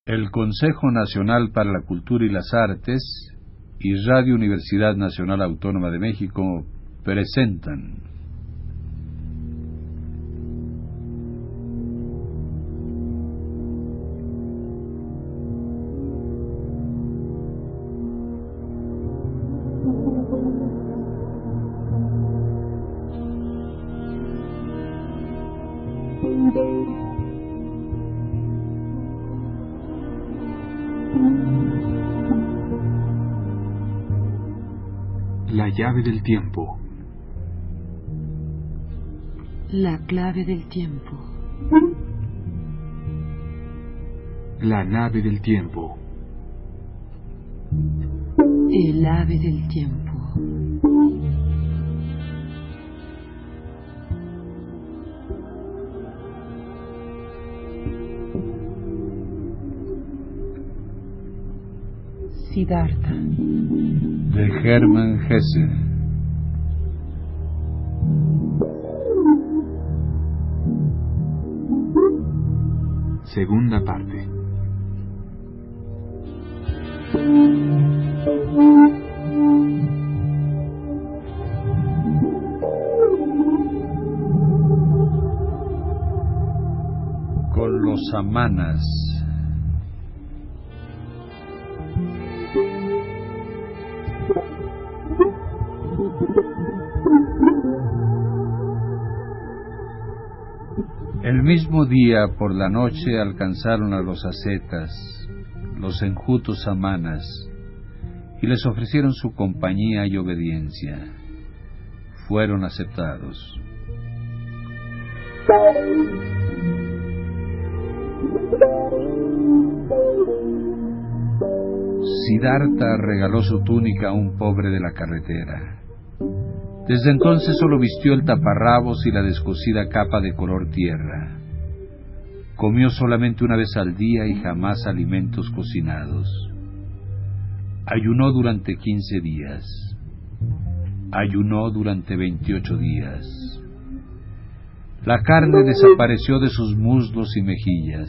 El Consejo Nacional para la Cultura y las Artes y Radio Universidad Nacional Autónoma de México presentan La llave del tiempo. La clave del tiempo. La nave del tiempo. El ave del tiempo. Siddhartha. de Hermann Hesse. Segunda parte. Con los samanas. El mismo día por la noche alcanzaron a los ascetas, los enjutos samanas, y les ofrecieron su compañía y obediencia. Fueron aceptados. Siddhartha regaló su túnica a un pobre de la carretera. Desde entonces solo vistió el taparrabos y la descosida capa de color tierra. Comió solamente una vez al día y jamás alimentos cocinados. Ayunó durante 15 días. Ayunó durante 28 días. La carne desapareció de sus muslos y mejillas.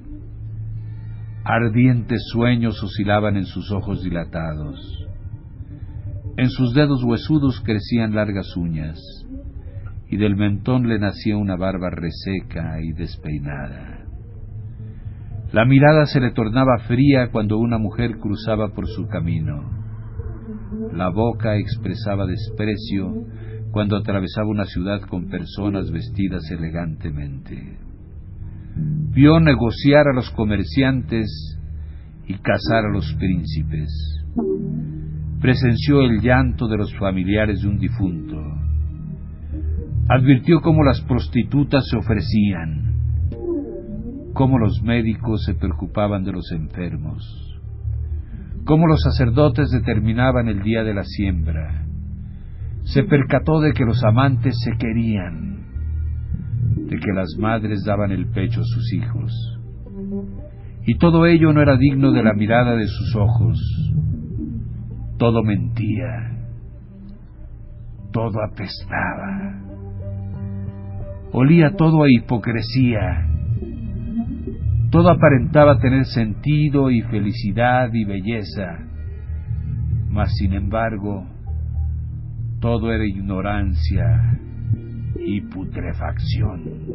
Ardientes sueños oscilaban en sus ojos dilatados. En sus dedos huesudos crecían largas uñas, y del mentón le nacía una barba reseca y despeinada. La mirada se le tornaba fría cuando una mujer cruzaba por su camino. La boca expresaba desprecio cuando atravesaba una ciudad con personas vestidas elegantemente. Vio negociar a los comerciantes y cazar a los príncipes. Presenció el llanto de los familiares de un difunto. Advirtió cómo las prostitutas se ofrecían, cómo los médicos se preocupaban de los enfermos, cómo los sacerdotes determinaban el día de la siembra. Se percató de que los amantes se querían, de que las madres daban el pecho a sus hijos. Y todo ello no era digno de la mirada de sus ojos. Todo mentía, todo apestaba, olía todo a hipocresía, todo aparentaba tener sentido y felicidad y belleza, mas sin embargo, todo era ignorancia y putrefacción.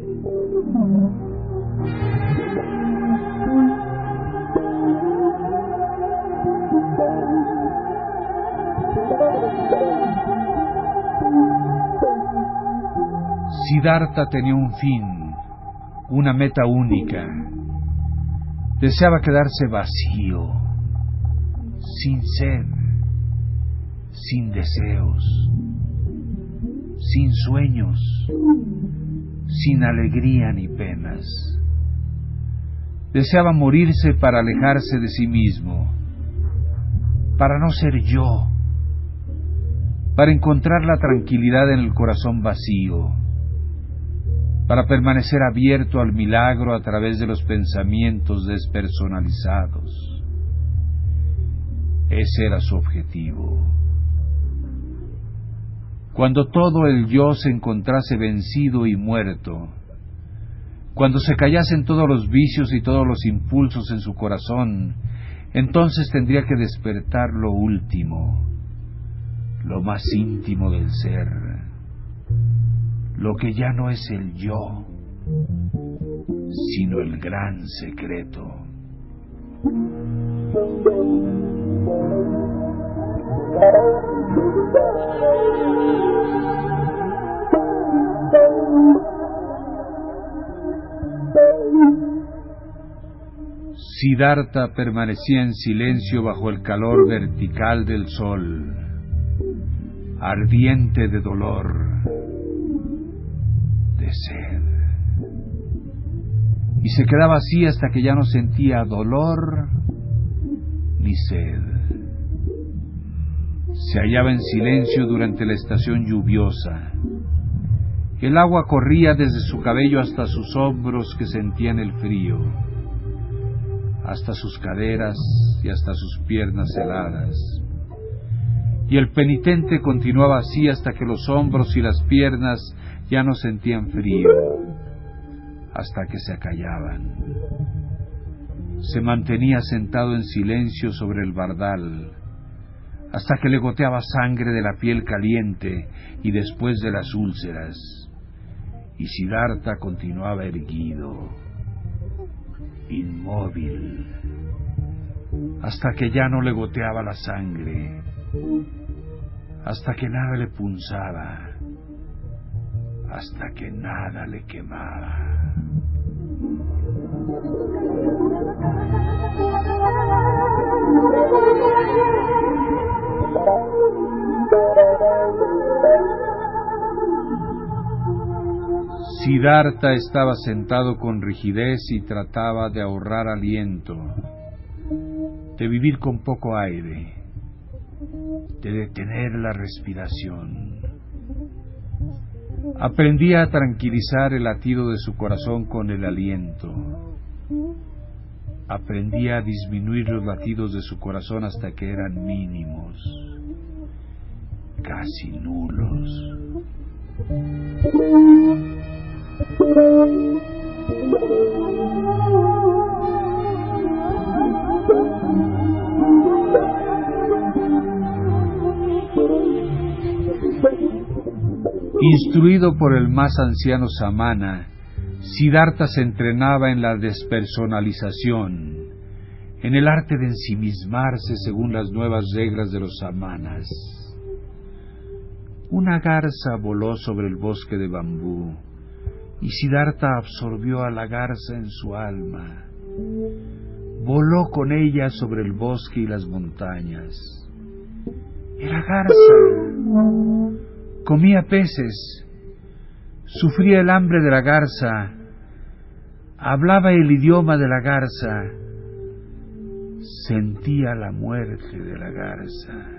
Siddhartha tenía un fin, una meta única. Deseaba quedarse vacío, sin sed, sin deseos, sin sueños, sin alegría ni penas. Deseaba morirse para alejarse de sí mismo, para no ser yo, para encontrar la tranquilidad en el corazón vacío, para permanecer abierto al milagro a través de los pensamientos despersonalizados. Ese era su objetivo. Cuando todo el yo se encontrase vencido y muerto, Cuando se callasen todos los vicios y todos los impulsos en su corazón, entonces tendría que despertar lo último, lo más íntimo del ser, lo que ya no es el yo, sino el gran secreto. Siddhartha permanecía en silencio bajo el calor vertical del sol, ardiente de dolor, de sed. Y se quedaba así hasta que ya no sentía dolor ni sed. Se hallaba en silencio durante la estación lluviosa. El agua corría desde su cabello hasta sus hombros que sentían el frío, hasta sus caderas y hasta sus piernas heladas. Y el penitente continuaba así hasta que los hombros y las piernas ya no sentían frío, hasta que se acallaban. Se mantenía sentado en silencio sobre el bardal, hasta que le goteaba sangre de la piel caliente y después de las úlceras, y Siddhartha continuaba erguido, inmóvil, hasta que ya no le goteaba la sangre, hasta que nada le punzaba, hasta que nada le quemaba. Siddhartha estaba sentado con rigidez y trataba de ahorrar aliento, de vivir con poco aire, de detener la respiración. Aprendía a tranquilizar el latido de su corazón con el aliento. Aprendía a disminuir los latidos de su corazón hasta que eran mínimos, casi nulos. Instruido por el más anciano Samana, Siddhartha se entrenaba en la despersonalización, en el arte de ensimismarse según las nuevas reglas de los samanas. Una garza voló sobre el bosque de bambú, y Siddhartha absorbió a la garza en su alma. Voló con ella sobre el bosque y las montañas. Era garza. Comía peces, sufría el hambre de la garza, hablaba el idioma de la garza, sentía la muerte de la garza.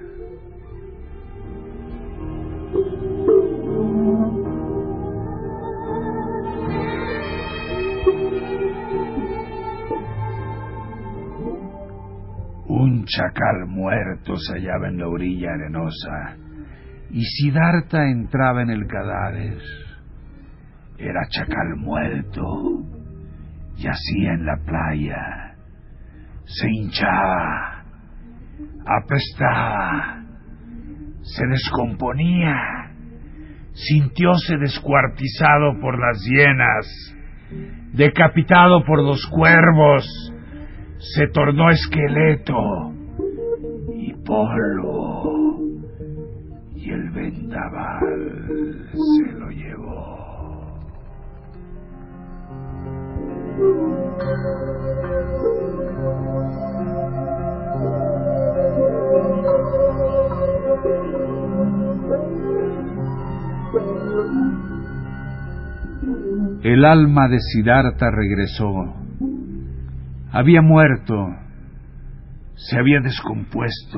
Un chacal muerto se hallaba en la orilla arenosa, y Siddhartha entraba en el cadáver. Era chacal muerto, yacía en la playa, se hinchaba, apestaba, se descomponía, sintióse descuartizado por las hienas, decapitado por los cuervos, se tornó esqueleto y polvo. Y el vendaval se lo llevó. El alma de Siddhartha regresó. Había muerto, se había descompuesto,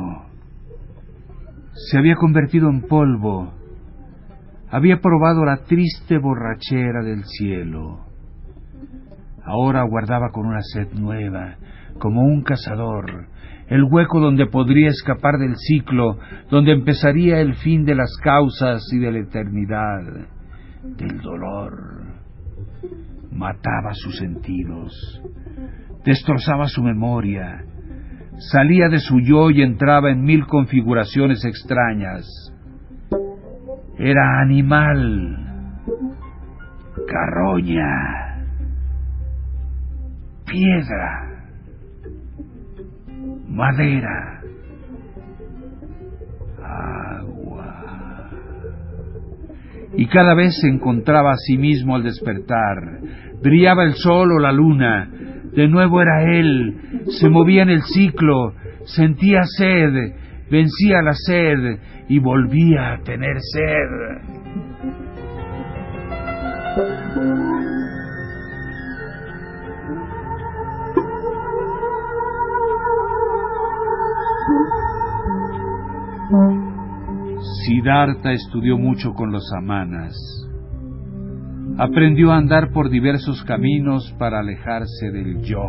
se había convertido en polvo, había probado la triste borrachera del cielo. Ahora aguardaba con una sed nueva, como un cazador, el hueco donde podría escapar del ciclo, donde empezaría el fin de las causas y de la eternidad, del dolor, Mataba sus sentidos, destrozaba su memoria, salía de su yo y entraba en 1000 configuraciones extrañas. Era animal, carroña, piedra, madera, agua. Y cada vez se encontraba a sí mismo al despertar. Brillaba el sol o la luna. De nuevo era él. Se movía en el ciclo. Sentía sed. Vencía la sed y volvía a tener sed. Siddhartha estudió mucho con los samanas. Aprendió a andar por diversos caminos para alejarse del yo.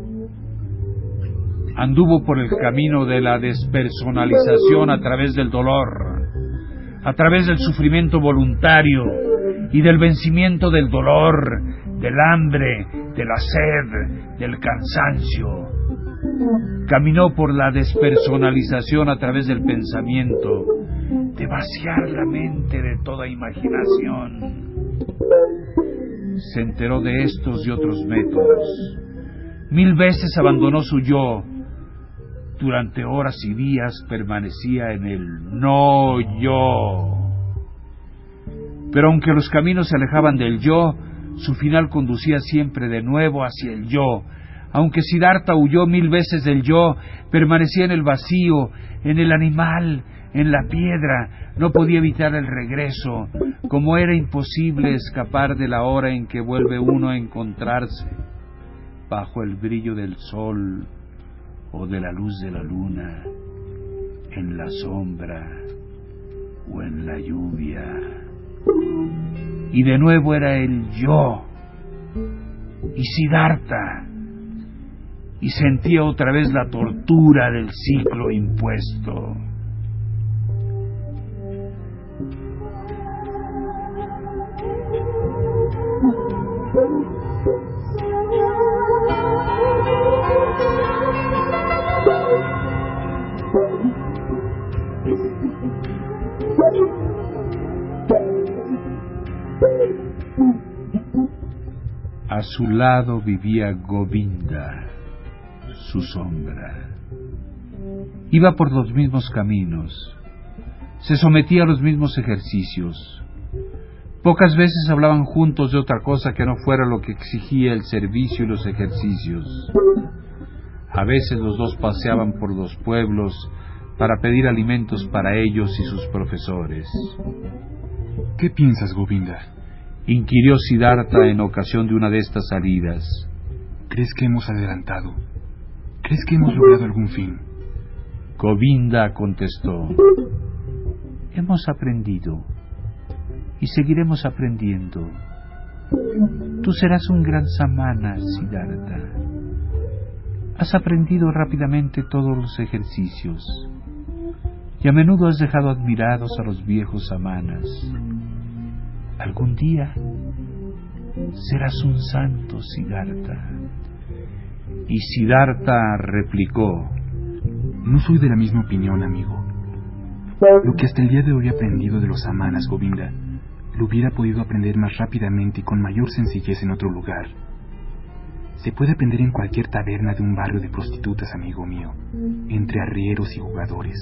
Anduvo por el camino de la despersonalización a través del dolor, a través del sufrimiento voluntario y del vencimiento del dolor, del hambre, de la sed, del cansancio. Caminó por la despersonalización a través del pensamiento, de vaciar la mente de toda imaginación. Se enteró de estos y otros métodos. 1000 veces abandonó su yo. Durante horas y días permanecía en el no yo. Pero aunque los caminos se alejaban del yo, su final conducía siempre de nuevo hacia el yo. Aunque Siddhartha huyó 1000 veces del yo, permanecía en el vacío, en el animal, en la piedra. No podía evitar el regreso, como era imposible escapar de la hora en que vuelve uno a encontrarse bajo el brillo del sol o de la luz de la luna, en la sombra o en la lluvia. Y de nuevo era el yo y Siddhartha, y sentía otra vez la tortura del ciclo impuesto. A su lado vivía Govinda, su sombra. Iba por los mismos caminos, se sometía a los mismos ejercicios. Pocas veces hablaban juntos de otra cosa que no fuera lo que exigía el servicio y los ejercicios. A veces los dos paseaban por los pueblos para pedir alimentos para ellos y sus profesores. ¿Qué piensas, Govinda?, inquirió Siddhartha en ocasión de una de estas salidas. ¿Crees que hemos adelantado? ¿Crees que hemos logrado algún fin? Govinda contestó: hemos aprendido y seguiremos aprendiendo. Tú serás un gran samana, Siddhartha. Has aprendido rápidamente todos los ejercicios y a menudo has dejado admirados a los viejos samanas. Algún día serás un santo, Siddhartha. Y Siddhartha replicó: no soy de la misma opinión, amigo. Lo que hasta el día de hoy he aprendido de los samanas, Govinda, lo hubiera podido aprender más rápidamente y con mayor sencillez en otro lugar. Se puede aprender en cualquier taberna de un barrio de prostitutas, amigo mío, entre arrieros y jugadores.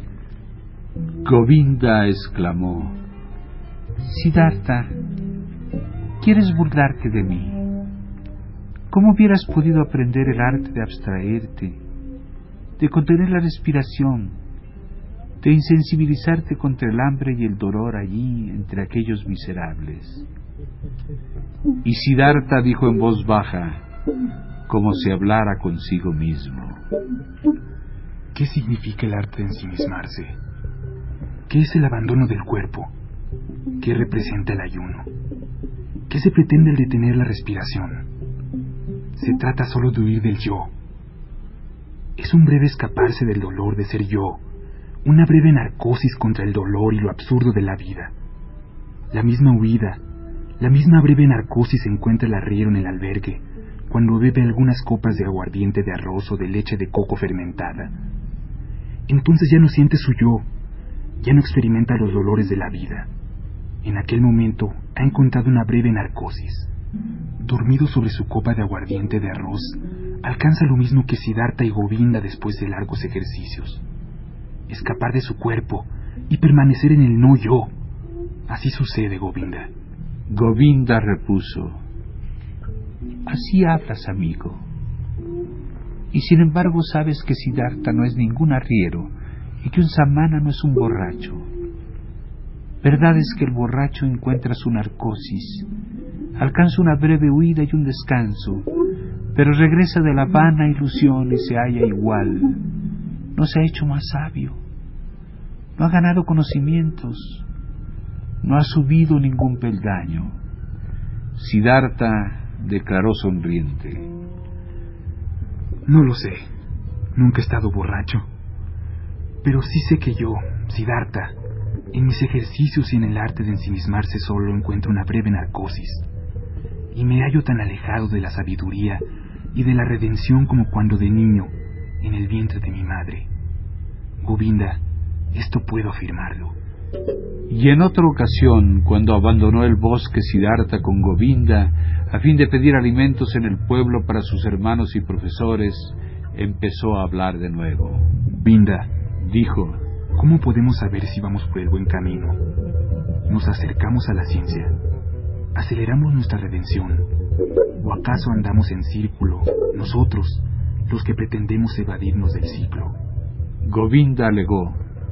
Govinda exclamó: Siddhartha, ¿quieres burlarte de mí? ¿Cómo hubieras podido aprender el arte de abstraerte, de contener la respiración, de insensibilizarte contra el hambre y el dolor allí entre aquellos miserables? Y Siddhartha dijo en voz baja, como si hablara consigo mismo: ¿qué significa el arte de ensimismarse? ¿Qué es el abandono del cuerpo? ¿Qué representa el ayuno? ¿Qué se pretende al detener la respiración? Se trata solo de huir del yo. Es un breve escaparse del dolor de ser yo, una breve narcosis contra el dolor y lo absurdo de la vida. La misma huida, La misma breve narcosis encuentra el arriero en el albergue cuando bebe algunas copas de aguardiente de arroz o de leche de coco fermentada. Entonces ya no siente su yo, ya no experimenta los dolores de la vida. En aquel momento ha encontrado una breve narcosis. Dormido sobre su copa de aguardiente de arroz, alcanza lo mismo que Siddhartha y Govinda después de largos ejercicios. Escapar de su cuerpo y permanecer en el no yo. Así sucede, Govinda. Govinda repuso: así hablas, amigo. Y sin embargo sabes que Siddhartha no es ningún arriero y que un samana no es un borracho. Verdad es que el borracho encuentra su narcosis, alcanza una breve huida y un descanso, pero regresa de la vana ilusión y se halla igual. No se ha hecho más sabio, no ha ganado conocimientos, no ha subido ningún peldaño. Siddhartha declaró sonriente: no lo sé, nunca he estado borracho, pero sí sé que yo, Siddhartha, en mis ejercicios y en el arte de ensimismarse solo encuentro una breve narcosis, y me hallo tan alejado de la sabiduría y de la redención como cuando de niño, en el vientre de mi madre. Govinda, esto puedo afirmarlo. Y en otra ocasión, cuando abandonó el bosque Siddhartha con Govinda, a fin de pedir alimentos en el pueblo para sus hermanos y profesores, empezó a hablar de nuevo. Govinda, dijo: ¿cómo podemos saber si vamos por el buen camino? ¿Nos acercamos a la ciencia? ¿Aceleramos nuestra redención? ¿O acaso andamos en círculo, nosotros, los que pretendemos evadirnos del ciclo? Govinda alegó: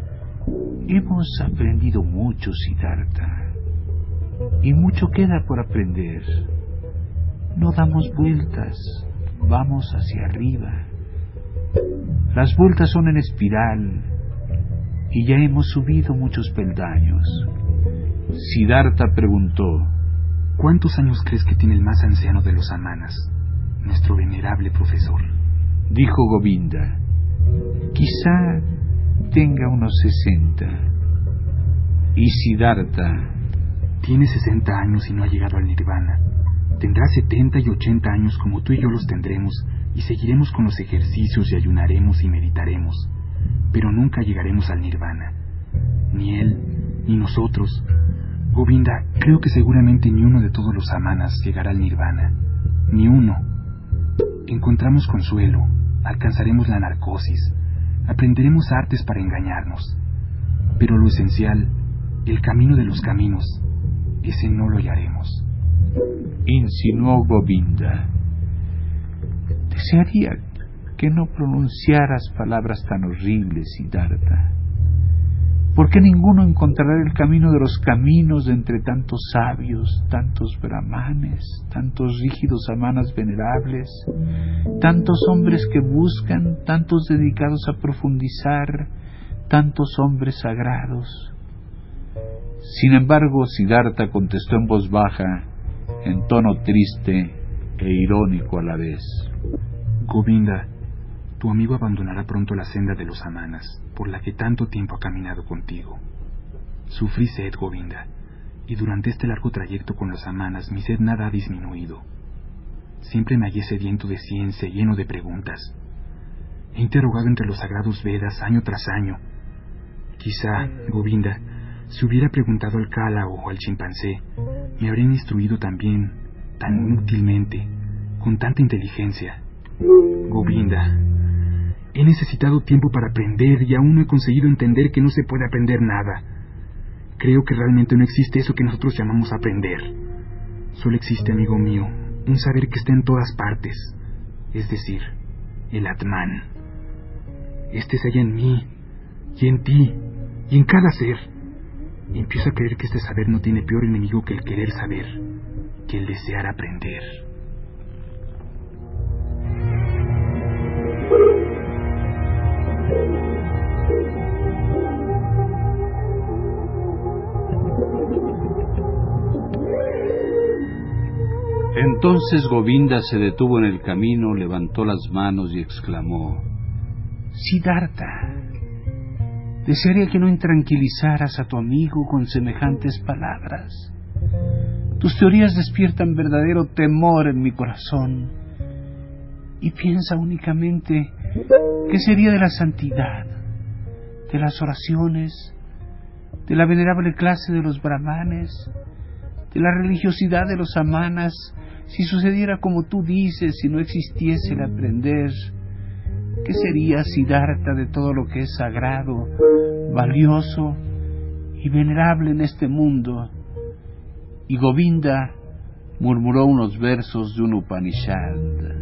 hemos aprendido mucho, Siddhartha, y mucho queda por aprender. No damos vueltas, vamos hacia arriba. Las vueltas son en espiral, y ya hemos subido muchos peldaños. Siddhartha preguntó: ¿cuántos años crees que tiene el más anciano de los samanas, nuestro venerable profesor? Dijo Govinda: quizá tenga unos 60. Y Siddhartha: tiene 60 años y no ha llegado al nirvana. Tendrá 70 y 80 años como tú y yo los tendremos, y seguiremos con los ejercicios y ayunaremos y meditaremos, pero nunca llegaremos al nirvana. Ni él, ni nosotros. Govinda, creo que seguramente ni uno de todos los samanas llegará al nirvana. Ni uno. Encontramos consuelo, alcanzaremos la narcosis, aprenderemos artes para engañarnos. Pero lo esencial, el camino de los caminos, ese no lo hallaremos. Insinuó Govinda: desearía que no pronunciaras palabras tan horribles, Siddhartha, porque ninguno encontrará el camino de los caminos de entre tantos sabios, tantos brahmanes, tantos rígidos samanas venerables, tantos hombres que buscan, tantos dedicados a profundizar, tantos hombres sagrados. Sin embargo, Siddhartha contestó en voz baja, en tono triste e irónico a la vez: Govinda, tu amigo abandonará pronto la senda de los samanas, por la que tanto tiempo ha caminado contigo. Sufrí sed, Govinda, y durante este largo trayecto con los samanas mi sed nada ha disminuido. Siempre me hallé sediento de ciencia, lleno de preguntas. He interrogado entre los sagrados Vedas año tras año. Quizá, Govinda, si hubiera preguntado al Kala o al chimpancé, me habrían instruido también, tan inútilmente, con tanta inteligencia. Govinda, he necesitado tiempo para aprender y aún no he conseguido entender que no se puede aprender nada. Creo que realmente no existe eso que nosotros llamamos aprender. Solo existe, amigo mío, un saber que está en todas partes, es decir, el Atman. Este se halla en mí, y en ti, y en cada ser. Y empiezo a creer que este saber no tiene peor enemigo que el querer saber, que el desear aprender. Entonces Govinda se detuvo en el camino, levantó las manos y exclamó: Siddhartha, desearía que no intranquilizaras a tu amigo con semejantes palabras. Tus teorías despiertan verdadero temor en mi corazón. Y piensa únicamente qué sería de la santidad, de las oraciones, de la venerable clase de los brahmanes, de la religiosidad de los samanas, si sucediera como tú dices, si no existiese el aprender. ¿Qué sería, Siddhartha, de todo lo que es sagrado, valioso y venerable en este mundo? Y Govinda murmuró unos versos de un Upanishad.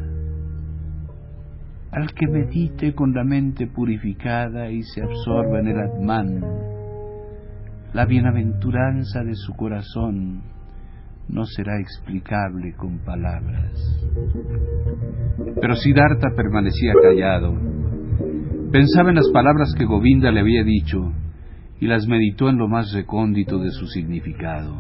Al que medite con la mente purificada y se absorba en el Atman, la bienaventuranza de su corazón no será explicable con palabras. Pero Siddhartha permanecía callado. Pensaba en las palabras que Govinda le había dicho y las meditó en lo más recóndito de su significado.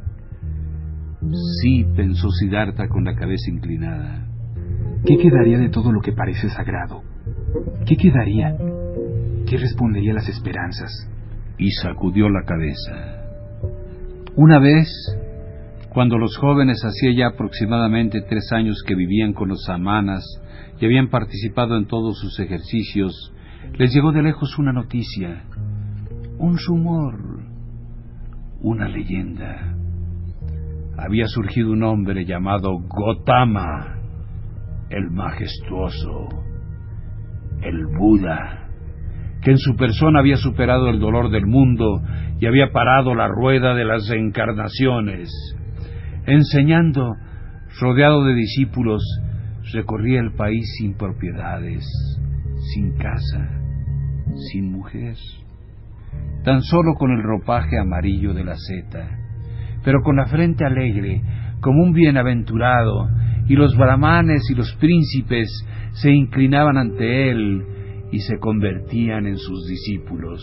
Sí, pensó Siddhartha con la cabeza inclinada. ¿Qué quedaría de todo lo que parece sagrado? ¿Qué quedaría? ¿Qué respondería a las esperanzas? Y sacudió la cabeza. Una vez, cuando los jóvenes hacía ya aproximadamente 3 años que vivían con los samanas y habían participado en todos sus ejercicios, les llegó de lejos una noticia, un rumor, una leyenda. Había surgido un hombre llamado Gotama, el majestuoso, el Buda, que en su persona había superado el dolor del mundo y había parado la rueda de las reencarnaciones. Enseñando, rodeado de discípulos, recorría el país sin propiedades, sin casa, sin mujer, tan solo con el ropaje amarillo de la seta, pero con la frente alegre, como un bienaventurado, y los brahmanes y los príncipes se inclinaban ante él y se convertían en sus discípulos.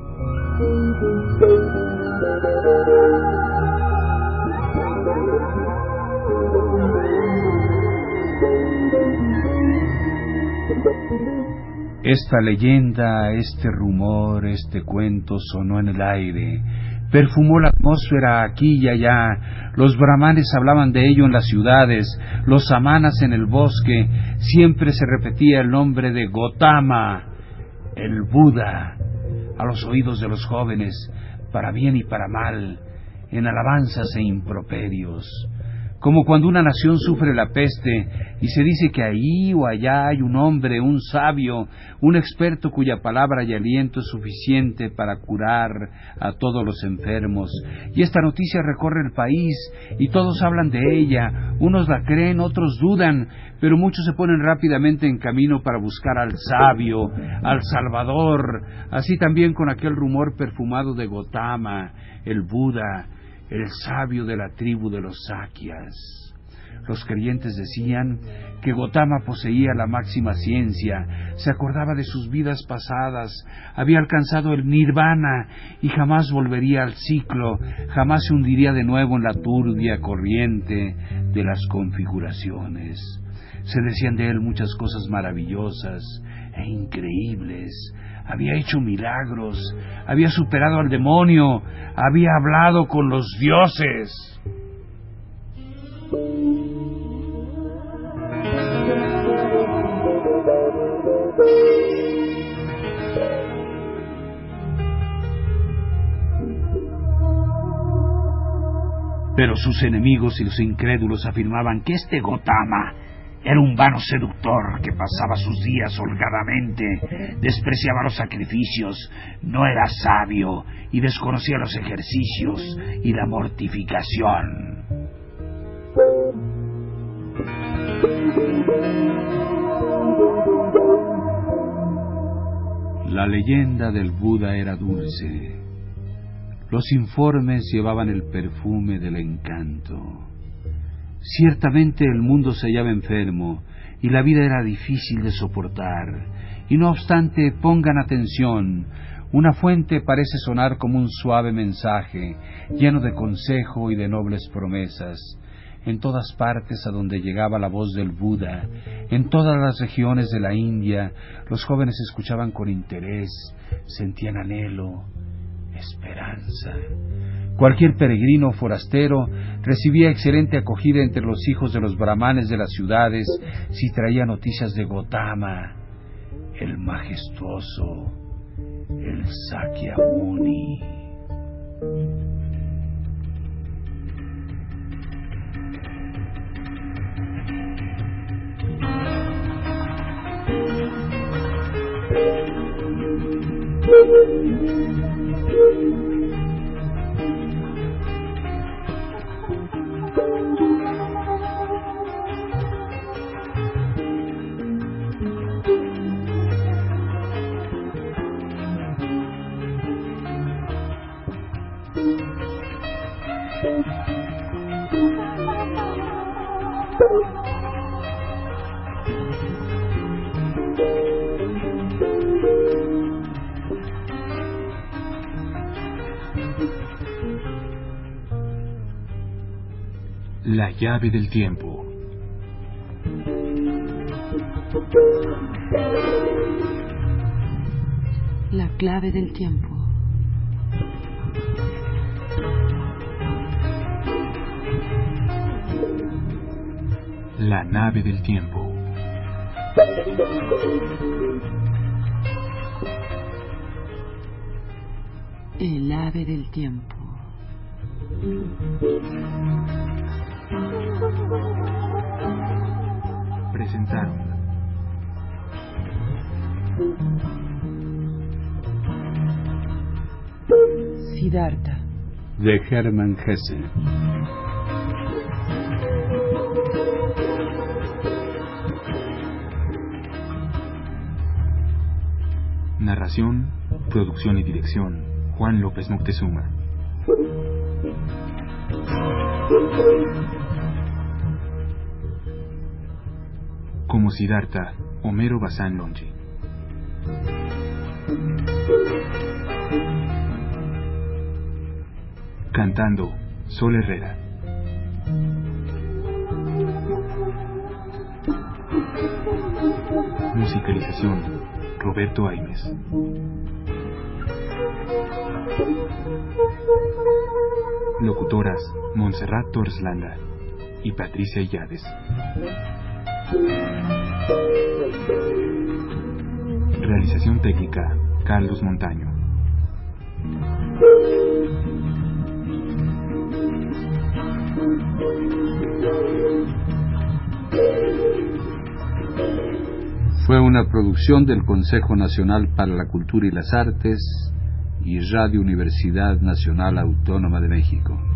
Esta leyenda, este rumor, este cuento sonó en el aire, perfumó la atmósfera aquí y allá. Los brahmanes hablaban de ello en las ciudades, los samanas en el bosque. Siempre se repetía el nombre de Gotama, el Buda, a los oídos de los jóvenes, para bien y para mal, en alabanzas e improperios. Como cuando una nación sufre la peste y se dice que ahí o allá hay un hombre, un sabio, un experto cuya palabra y aliento es suficiente para curar a todos los enfermos. Y esta noticia recorre el país y todos hablan de ella, unos la creen, otros dudan, pero muchos se ponen rápidamente en camino para buscar al sabio, al Salvador, así también con aquel rumor perfumado de Gotama, el Buda, el sabio de la tribu de los Sakyas. Los creyentes decían que Gotama poseía la máxima ciencia, se acordaba de sus vidas pasadas, había alcanzado el nirvana y jamás volvería al ciclo, jamás se hundiría de nuevo en la turbia corriente de las configuraciones. Se decían de él muchas cosas maravillosas e increíbles. Había hecho milagros, había superado al demonio, había hablado con los dioses. Pero sus enemigos y los incrédulos afirmaban que este Gotama era un vano seductor que pasaba sus días holgadamente, despreciaba los sacrificios, no era sabio y desconocía los ejercicios y la mortificación. La leyenda del Buda era dulce. Los informes llevaban el perfume del encanto. Ciertamente el mundo se hallaba enfermo y la vida era difícil de soportar. Y no obstante, pongan atención, una fuente parece sonar como un suave mensaje, lleno de consejo y de nobles promesas. En todas partes a donde llegaba la voz del Buda, en todas las regiones de la India, los jóvenes escuchaban con interés, sentían anhelo, esperanza. Cualquier peregrino o forastero recibía excelente acogida entre los hijos de los brahmanes de las ciudades si traía noticias de Gotama, el majestuoso, el Sakyamuni. La llave del tiempo. La clave del tiempo. La nave del tiempo. El ave del tiempo. Presentaron Siddhartha, De Hermann Hesse. narración, producción y dirección, Juan López Moctezuma. Como Siddhartha, Homero Bazán Longi. Cantando, Sol Herrera. Musicalización, Roberto Aimes. Locutoras, Montserrat Torslanda y Patricia Illades. Realización técnica, Carlos Montaño. Fue una producción del Consejo Nacional para la Cultura y las Artes y Radio Universidad Nacional Autónoma de México.